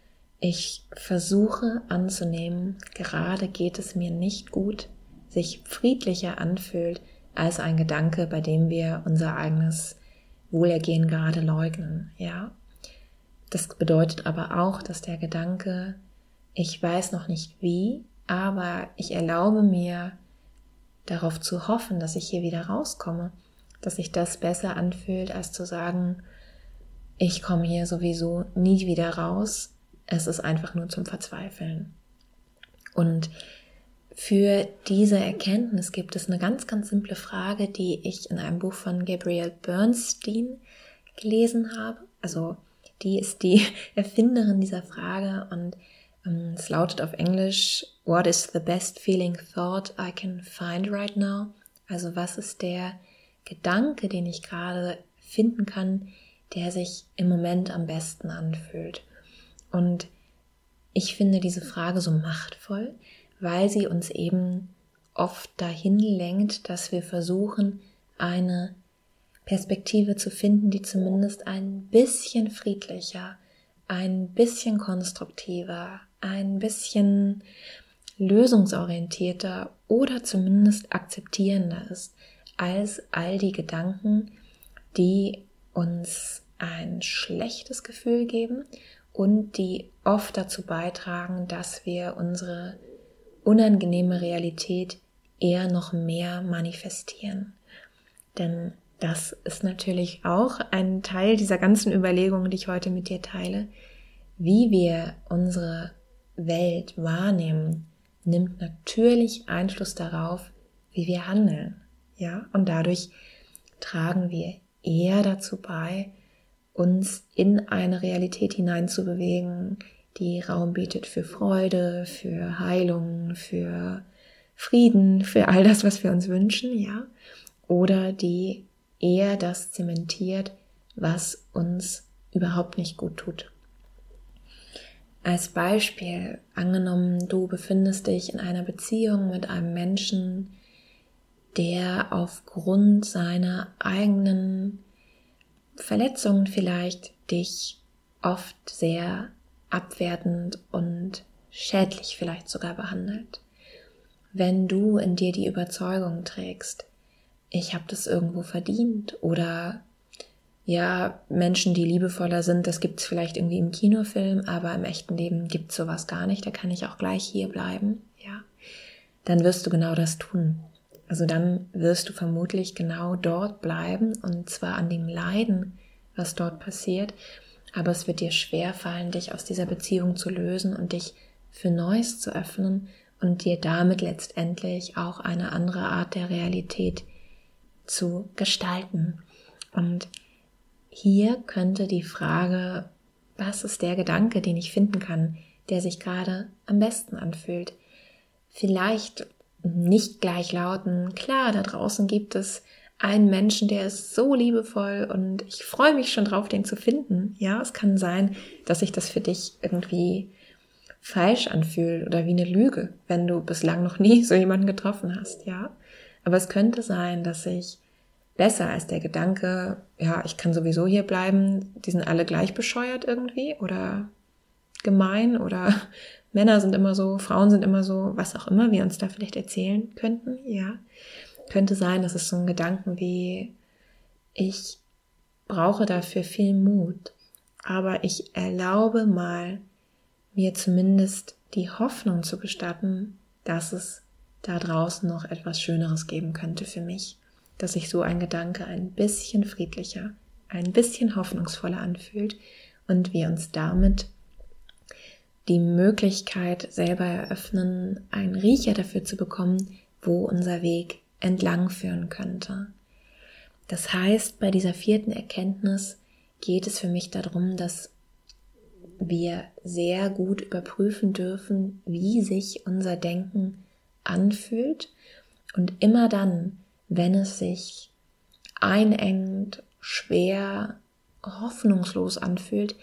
ich versuche anzunehmen, gerade geht es mir nicht gut, sich friedlicher anfühlt als ein Gedanke, bei dem wir unser eigenes Wohlergehen gerade leugnen, ja. Das bedeutet aber auch, dass der Gedanke, ich weiß noch nicht wie, aber ich erlaube mir, darauf zu hoffen, dass ich hier wieder rauskomme, dass sich das besser anfühlt, als zu sagen, ich komme hier sowieso nie wieder raus, es ist einfach nur zum Verzweifeln. Und für diese Erkenntnis gibt es eine ganz, ganz simple Frage, die ich in einem Buch von Gabrielle Bernstein gelesen habe. Also die ist die Erfinderin dieser Frage und es lautet auf Englisch, What is the best feeling thought I can find right now? Also was ist der Gedanke, den ich gerade finden kann, der sich im Moment am besten anfühlt? Und ich finde diese Frage so machtvoll, weil sie uns eben oft dahin lenkt, dass wir versuchen, eine Perspektive zu finden, die zumindest ein bisschen friedlicher, ein bisschen konstruktiver, ein bisschen lösungsorientierter oder zumindest akzeptierender ist, als all die Gedanken, die uns ein schlechtes Gefühl geben und die oft dazu beitragen, dass wir unsere unangenehme Realität eher noch mehr manifestieren. Denn das ist natürlich auch ein Teil dieser ganzen Überlegungen, die ich heute mit dir teile. Wie wir unsere Welt wahrnehmen, nimmt natürlich Einfluss darauf, wie wir handeln. Ja? Und dadurch tragen wir eher dazu bei, uns in eine Realität hineinzubewegen, die Raum bietet für Freude, für Heilung, für Frieden, für all das, was wir uns wünschen, ja, oder die eher das zementiert, was uns überhaupt nicht gut tut. Als Beispiel, angenommen, du befindest dich in einer Beziehung mit einem Menschen, der aufgrund seiner eigenen Verletzungen vielleicht dich oft sehr abwertend und schädlich vielleicht sogar behandelt. Wenn du in dir die Überzeugung trägst, ich habe das irgendwo verdient oder ja, Menschen, die liebevoller sind, das gibt es vielleicht irgendwie im Kinofilm, aber im echten Leben gibt es sowas gar nicht, da kann ich auch gleich hier bleiben, ja, dann wirst du genau das tun. Also dann wirst du vermutlich genau dort bleiben und zwar an dem Leiden, was dort passiert, aber es wird dir schwerfallen, dich aus dieser Beziehung zu lösen und dich für Neues zu öffnen und dir damit letztendlich auch eine andere Art der Realität zu gestalten. Und hier könnte die Frage, was ist der Gedanke, den ich finden kann, der sich gerade am besten anfühlt, vielleicht nicht gleich lauten, klar, da draußen gibt es einen Menschen, der ist so liebevoll und ich freue mich schon drauf, den zu finden. Ja, es kann sein, dass sich das für dich irgendwie falsch anfühlt oder wie eine Lüge, wenn du bislang noch nie so jemanden getroffen hast, ja. Aber es könnte sein, dass sich besser als der Gedanke, ja, ich kann sowieso hier bleiben, die sind alle gleich bescheuert irgendwie oder gemein oder Männer sind immer so, Frauen sind immer so, was auch immer wir uns da vielleicht erzählen könnten, ja. Könnte sein, dass es so ein Gedanken wie, ich brauche dafür viel Mut, aber ich erlaube mal, mir zumindest die Hoffnung zu gestatten, dass es da draußen noch etwas Schöneres geben könnte für mich, dass sich so ein Gedanke ein bisschen friedlicher, ein bisschen hoffnungsvoller anfühlt und wir uns damit die Möglichkeit selber eröffnen, einen Riecher dafür zu bekommen, wo unser Weg entlang führen könnte. Das heißt, bei dieser 4. Erkenntnis geht es für mich darum, dass wir sehr gut überprüfen dürfen, wie sich unser Denken anfühlt und immer dann, wenn es sich einengend, schwer, hoffnungslos anfühlt,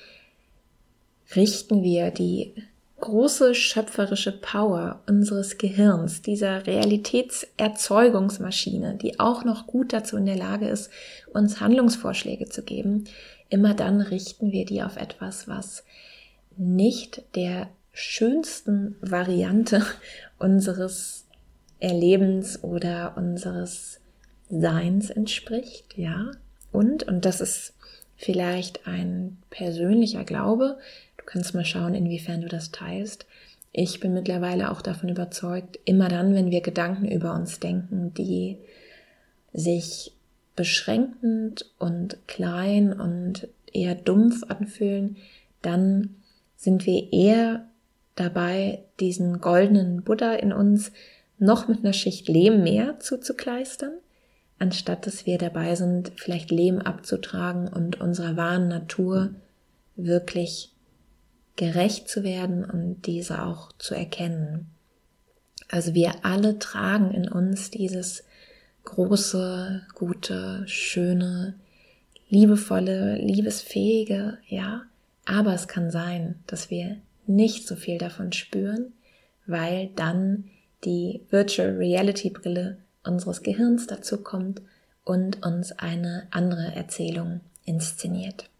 richten wir die große schöpferische Power unseres Gehirns, dieser Realitätserzeugungsmaschine, die auch noch gut dazu in der Lage ist, uns Handlungsvorschläge zu geben, immer dann richten wir die auf etwas, was nicht der schönsten Variante unseres Erlebens oder unseres Seins entspricht, ja. Und das ist vielleicht ein persönlicher Glaube. Du kannst mal schauen, inwiefern du das teilst. Ich bin mittlerweile auch davon überzeugt, immer dann, wenn wir Gedanken über uns denken, die sich beschränkend und klein und eher dumpf anfühlen, dann sind wir eher dabei, diesen goldenen Buddha in uns noch mit einer Schicht Lehm mehr zuzukleistern, anstatt dass wir dabei sind, vielleicht Lehm abzutragen und unserer wahren Natur wirklich gerecht zu werden und diese auch zu erkennen. Also wir alle tragen in uns dieses große, gute, schöne, liebevolle, liebesfähige, ja, aber es kann sein, dass wir nicht so viel davon spüren, weil dann die Virtual Reality Brille unseres Gehirns dazu kommt und uns eine andere Erzählung inszeniert.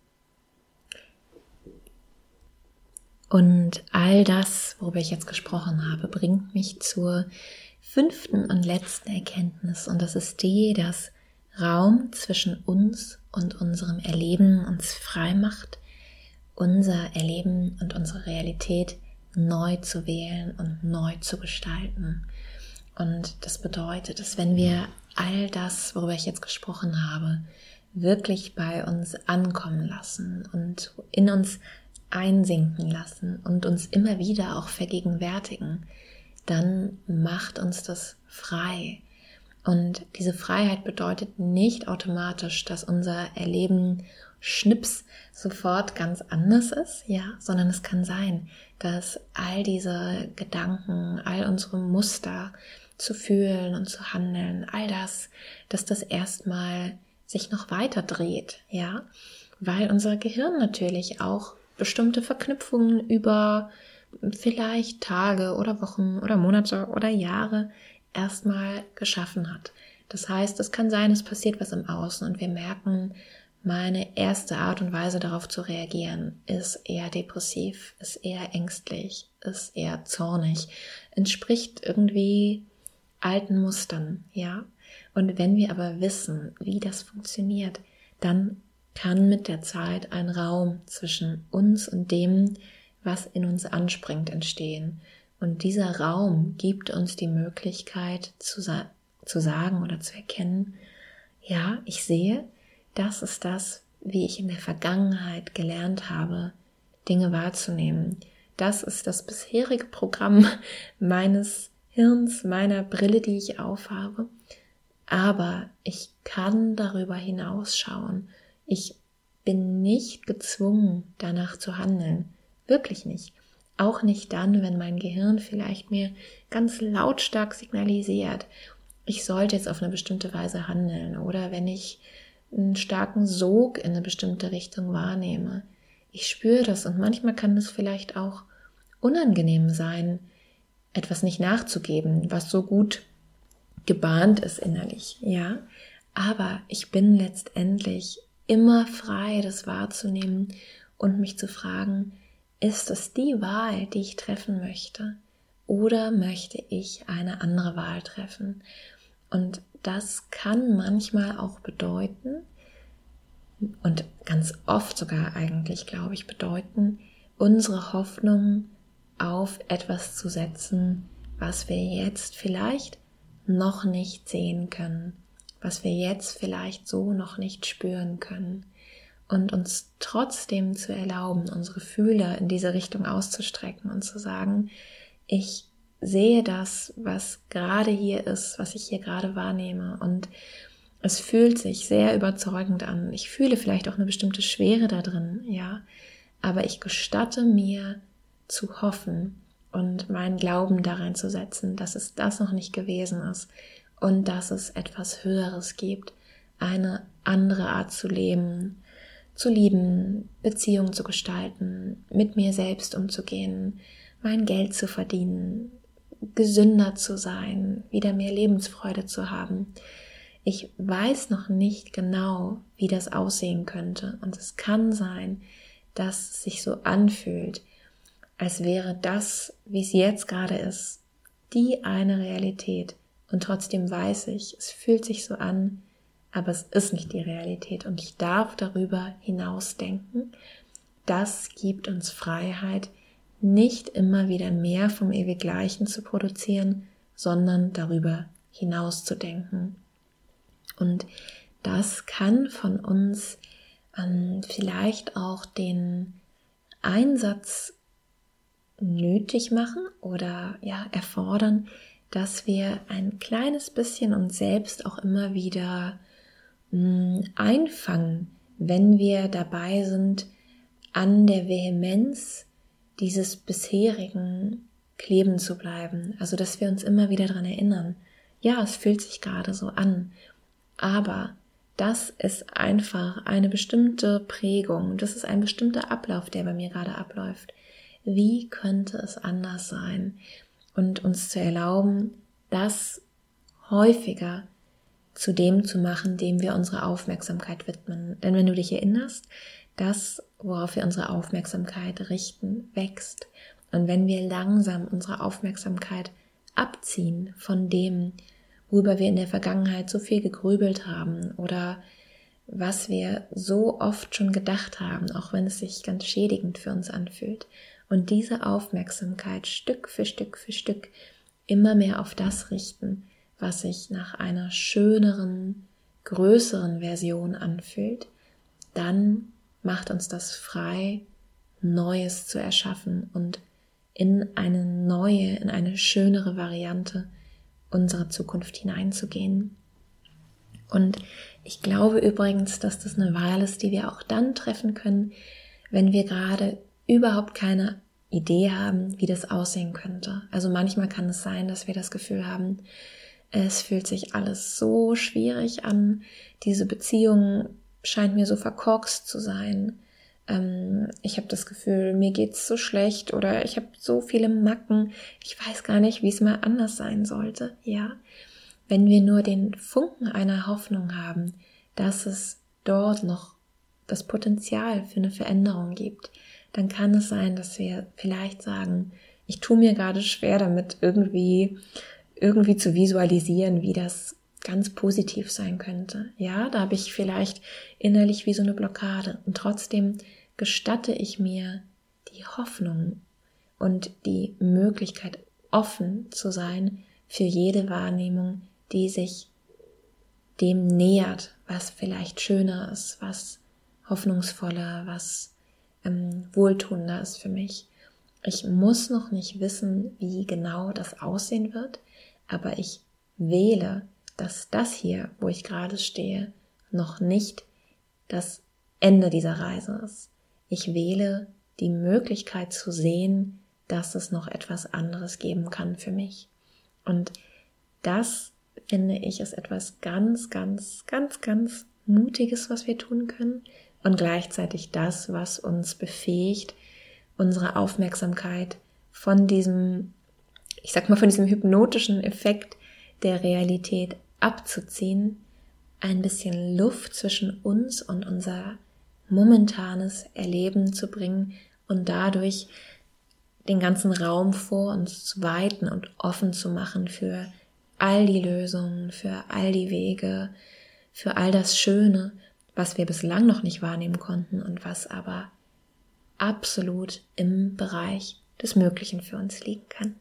Und all das, worüber ich jetzt gesprochen habe, bringt mich zur 5. und letzten Erkenntnis, und das ist die, dass Raum zwischen uns und unserem Erleben uns frei macht, unser Erleben und unsere Realität neu zu wählen und neu zu gestalten. Und das bedeutet, dass wenn wir all das, worüber ich jetzt gesprochen habe, wirklich bei uns ankommen lassen und in uns einsinken lassen und uns immer wieder auch vergegenwärtigen, dann macht uns das frei. Und diese Freiheit bedeutet nicht automatisch, dass unser Erleben schnips sofort ganz anders ist, ja, sondern es kann sein, dass all diese Gedanken, all unsere Muster zu fühlen und zu handeln, all das, dass das erstmal sich noch weiter dreht, ja, weil unser Gehirn natürlich auch bestimmte Verknüpfungen über vielleicht Tage oder Wochen oder Monate oder Jahre erstmal geschaffen hat. Das heißt, es kann sein, es passiert was im Außen und wir merken, meine erste Art und Weise darauf zu reagieren ist eher depressiv, ist eher ängstlich, ist eher zornig, entspricht irgendwie alten Mustern, ja. Und wenn wir aber wissen, wie das funktioniert, dann kann mit der Zeit ein Raum zwischen uns und dem, was in uns anspringt, entstehen. Und dieser Raum gibt uns die Möglichkeit zu sagen oder zu erkennen, ja, ich sehe, das ist das, wie ich in der Vergangenheit gelernt habe, Dinge wahrzunehmen. Das ist das bisherige Programm meines Hirns, meiner Brille, die ich aufhabe. Aber ich kann darüber hinausschauen. Ich bin nicht gezwungen, danach zu handeln. Wirklich nicht. Auch nicht dann, wenn mein Gehirn vielleicht mir ganz lautstark signalisiert, ich sollte jetzt auf eine bestimmte Weise handeln, oder wenn ich einen starken Sog in eine bestimmte Richtung wahrnehme. Ich spüre das und manchmal kann es vielleicht auch unangenehm sein, etwas nicht nachzugeben, was so gut gebahnt ist innerlich, ja. Aber ich bin letztendlich immer frei, das wahrzunehmen und mich zu fragen, ist es die Wahl, die ich treffen möchte? Oder möchte ich eine andere Wahl treffen? Und das kann manchmal auch bedeuten, und ganz oft sogar eigentlich, glaube ich, bedeuten, unsere Hoffnung auf etwas zu setzen, was wir jetzt vielleicht noch nicht sehen können, was wir jetzt vielleicht so noch nicht spüren können, und uns trotzdem zu erlauben, unsere Fühler in diese Richtung auszustrecken und zu sagen, ich sehe das, was gerade hier ist, was ich hier gerade wahrnehme, und es fühlt sich sehr überzeugend an. Ich fühle vielleicht auch eine bestimmte Schwere da drin, ja, aber ich gestatte mir zu hoffen und meinen Glauben da reinzusetzen, dass es das noch nicht gewesen ist und dass es etwas Höheres gibt, eine andere Art zu leben, zu lieben, Beziehungen zu gestalten, mit mir selbst umzugehen, mein Geld zu verdienen, gesünder zu sein, wieder mehr Lebensfreude zu haben. Ich weiß noch nicht genau, wie das aussehen könnte, und es kann sein, dass es sich so anfühlt, als wäre das, wie es jetzt gerade ist, die eine Realität, und trotzdem weiß ich, es fühlt sich so an, aber es ist nicht die Realität, und ich darf darüber hinausdenken. Das gibt uns Freiheit, nicht immer wieder mehr vom ewig Gleichen zu produzieren, sondern darüber hinaus zu denken. Und das kann von uns vielleicht auch den Einsatz nötig machen oder erfordern, dass wir ein kleines bisschen uns selbst auch immer wieder einfangen, wenn wir dabei sind, an der Vehemenz dieses bisherigen kleben zu bleiben. Also, dass wir uns immer wieder daran erinnern, ja, es fühlt sich gerade so an, aber das ist einfach eine bestimmte Prägung, das ist ein bestimmter Ablauf, der bei mir gerade abläuft. Wie könnte es anders sein? Und uns zu erlauben, das häufiger zu dem zu machen, dem wir unsere Aufmerksamkeit widmen. Denn wenn du dich erinnerst, das, worauf wir unsere Aufmerksamkeit richten, wächst. Und wenn wir langsam unsere Aufmerksamkeit abziehen von dem, worüber wir in der Vergangenheit so viel gegrübelt haben oder was wir so oft schon gedacht haben, auch wenn es sich ganz schädigend für uns anfühlt, und diese Aufmerksamkeit Stück für Stück für Stück immer mehr auf das richten, was sich nach einer schöneren, größeren Version anfühlt, dann macht uns das frei, Neues zu erschaffen und in eine neue, in eine schönere Variante unserer Zukunft hineinzugehen. Und ich glaube übrigens, dass das eine Wahl ist, die wir auch dann treffen können, wenn wir gerade überhaupt keine Idee haben, wie das aussehen könnte. Also manchmal kann es sein, dass wir das Gefühl haben, es fühlt sich alles so schwierig an, diese Beziehung scheint mir so verkorkst zu sein. Ich habe das Gefühl, mir geht's so schlecht oder ich habe so viele Macken, ich weiß gar nicht, wie es mal anders sein sollte. Ja, wenn wir nur den Funken einer Hoffnung haben, dass es dort noch das Potenzial für eine Veränderung gibt, dann kann es sein, dass wir vielleicht sagen, ich tue mir gerade schwer damit, irgendwie zu visualisieren, wie das ganz positiv sein könnte. Ja, da habe ich vielleicht innerlich wie so eine Blockade, und trotzdem gestatte ich mir die Hoffnung und die Möglichkeit, offen zu sein für jede Wahrnehmung, die sich dem nähert, was vielleicht schöner ist, was hoffnungsvoller, was wohltuender ist für mich. Ich muss noch nicht wissen, wie genau das aussehen wird, aber ich wähle, dass das hier, wo ich gerade stehe, noch nicht das Ende dieser Reise ist. Ich wähle die Möglichkeit zu sehen, dass es noch etwas anderes geben kann für mich. Und das, finde ich, ist etwas ganz, ganz, ganz, ganz Mutiges, was wir tun können, und gleichzeitig das, was uns befähigt, unsere Aufmerksamkeit von diesem, von diesem hypnotischen Effekt der Realität abzuziehen ein bisschen Luft zwischen uns und unser momentanes Erleben zu bringen und dadurch den ganzen Raum vor uns zu weiten und offen zu machen für all die Lösungen, für all die Wege, für all das Schöne, was wir bislang noch nicht wahrnehmen konnten und was aber absolut im Bereich des Möglichen für uns liegen kann.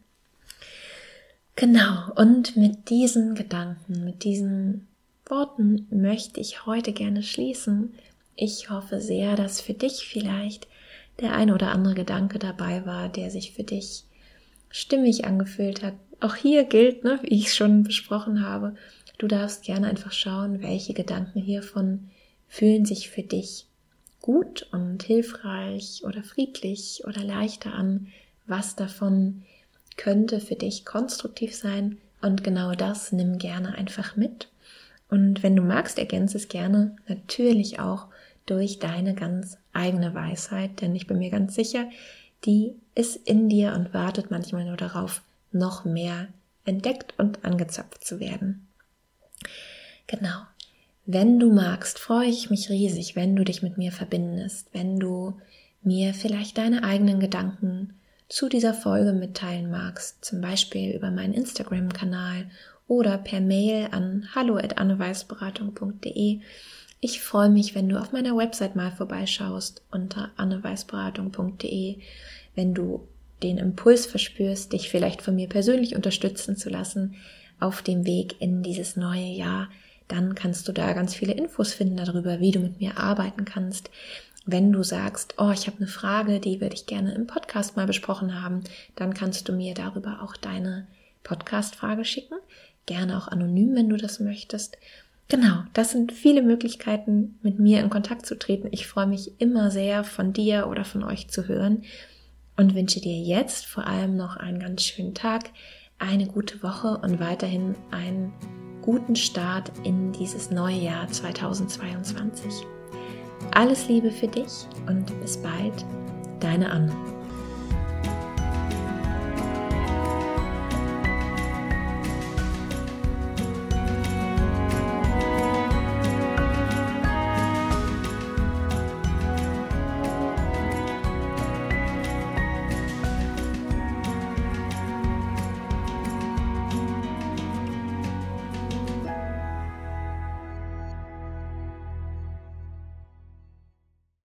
Genau, und mit diesen Gedanken, mit diesen Worten möchte ich heute gerne schließen. Ich hoffe sehr, dass für dich vielleicht der ein oder andere Gedanke dabei war, der sich für dich stimmig angefühlt hat. Auch hier gilt, wie ich schon besprochen habe, du darfst gerne einfach schauen, welche Gedanken hiervon fühlen sich für dich gut und hilfreich oder friedlich oder leichter an. Was davon könnte für dich konstruktiv sein? Und genau das nimm gerne einfach mit. Und wenn du magst, ergänze es gerne natürlich auch durch deine ganz eigene Weisheit, denn ich bin mir ganz sicher, die ist in dir und wartet manchmal nur darauf, noch mehr entdeckt und angezapft zu werden. Genau. Wenn du magst, freue ich mich riesig, wenn du dich mit mir verbindest, wenn du mir vielleicht deine eigenen Gedanken zu dieser Folge mitteilen magst, zum Beispiel über meinen Instagram-Kanal oder per Mail an hallo@anneweißberatung.de. Ich freue mich, wenn du auf meiner Website mal vorbeischaust unter anneweißberatung.de, wenn du den Impuls verspürst, dich vielleicht von mir persönlich unterstützen zu lassen auf dem Weg in dieses neue Jahr, dann kannst du da ganz viele Infos finden darüber, wie du mit mir arbeiten kannst. Wenn du sagst, ich habe eine Frage, die würde ich gerne im Podcast mal besprochen haben, dann kannst du mir darüber auch deine Podcast-Frage schicken. Gerne auch anonym, wenn du das möchtest. Genau, das sind viele Möglichkeiten, mit mir in Kontakt zu treten. Ich freue mich immer sehr, von dir oder von euch zu hören und wünsche dir jetzt vor allem noch einen ganz schönen Tag, eine gute Woche und weiterhin einen guten Start in dieses neue Jahr 2022. Alles Liebe für dich und bis bald, deine Anne.